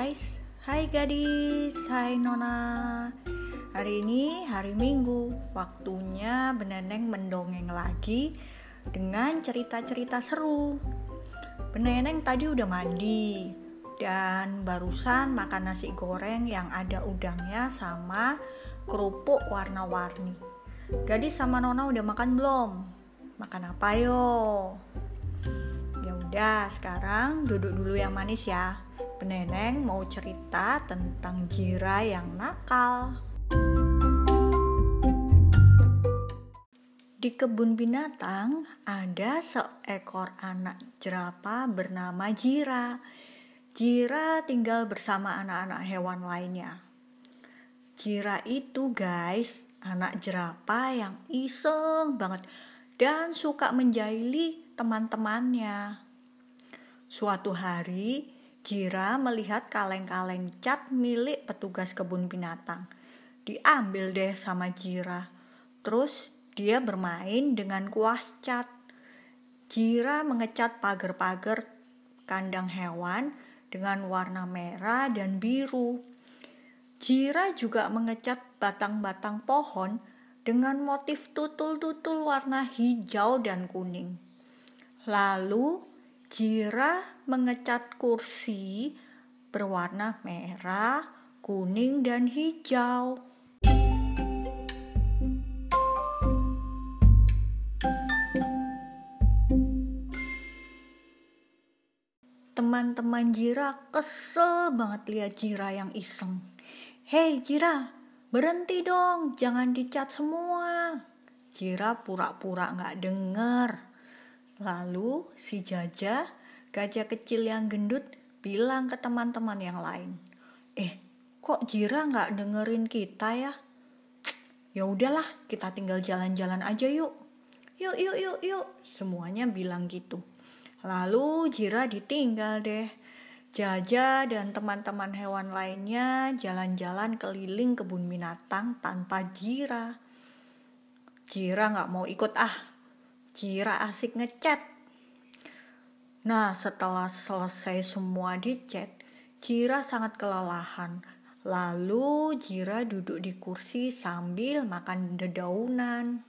guys, hai gadis, hai Nona. Hari ini hari Minggu, waktunya Beneneng mendongeng lagi dengan cerita-cerita seru. Beneneng tadi udah mandi dan barusan makan nasi goreng yang ada udangnya sama kerupuk warna-warni. Gadis sama Nona udah makan belum? Makan apa yo? Ya udah, sekarang duduk dulu yang manis ya. Beneneng mau cerita tentang Jira yang nakal. Di kebun binatang ada seekor anak jerapah bernama Jira. Jira tinggal bersama anak-anak hewan lainnya. Jira itu guys, anak jerapah yang iseng banget dan suka menjahili teman-temannya. Suatu hari, Jira melihat kaleng-kaleng cat milik petugas kebun binatang. Diambil deh sama Jira. Terus dia bermain dengan kuas cat. Jira mengecat pagar-pagar kandang hewan dengan warna merah dan biru. Jira juga mengecat batang-batang pohon dengan motif tutul-tutul warna hijau dan kuning. Lalu Jira mengecat kursi berwarna merah, kuning, dan hijau. Teman-teman Jira kesel banget lihat Jira yang iseng. Hei Jira, berhenti dong, jangan dicat semua. Jira pura-pura gak denger. Lalu si Jaja, gajah kecil yang gendut, bilang ke teman-teman yang lain. Kok Jira gak dengerin kita ya? Ya udahlah, kita tinggal jalan-jalan aja yuk. Yuk. Semuanya bilang gitu. Lalu Jira ditinggal deh. Jaja dan teman-teman hewan lainnya jalan-jalan keliling kebun binatang tanpa Jira. Jira gak mau ikut Jira asik ngecat. Nah, setelah selesai semua dicat, Jira sangat kelelahan. Lalu Jira duduk di kursi sambil makan dedaunan.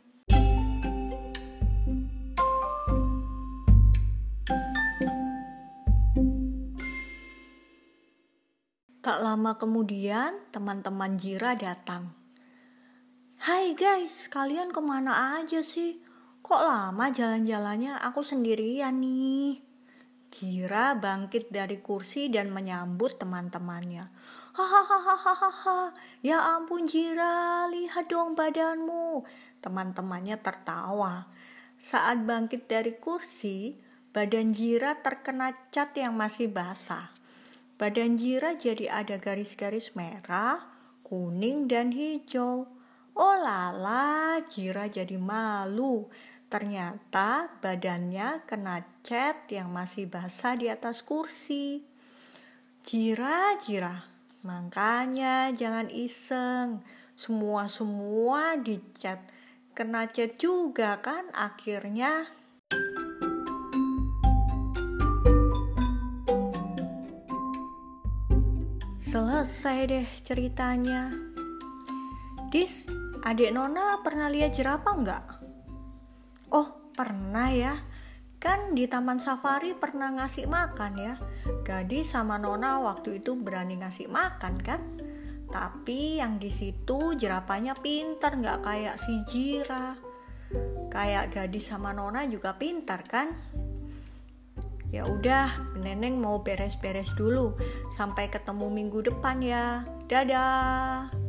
Tak lama kemudian, teman-teman Jira datang. Hai guys, kalian kemana aja sih? Kok lama jalan-jalannya, aku sendirian nih. Jira bangkit dari kursi dan menyambut teman-temannya. Hahaha, ya ampun Jira, lihat dong badanmu. Teman-temannya tertawa. Saat bangkit dari kursi, badan Jira terkena cat yang masih basah. Badan Jira jadi ada garis-garis merah, kuning, dan hijau. Oh lala, Jira jadi malu. Ternyata badannya kena cat yang masih basah di atas kursi. Jira, makanya jangan iseng. Semua dicat. Kena cat juga kan akhirnya. Selesai deh ceritanya. Dis, adik Nona pernah lihat jerapah enggak? Oh, pernah ya. Kan di taman safari pernah ngasih makan ya. Gadis sama Nona waktu itu berani ngasih makan kan? Tapi yang di situ jerapahnya pintar, enggak kayak si Jira. Kayak gadis sama Nona juga pintar kan? Ya udah, Beneneng mau beres-beres dulu. Sampai ketemu minggu depan ya. Dadah.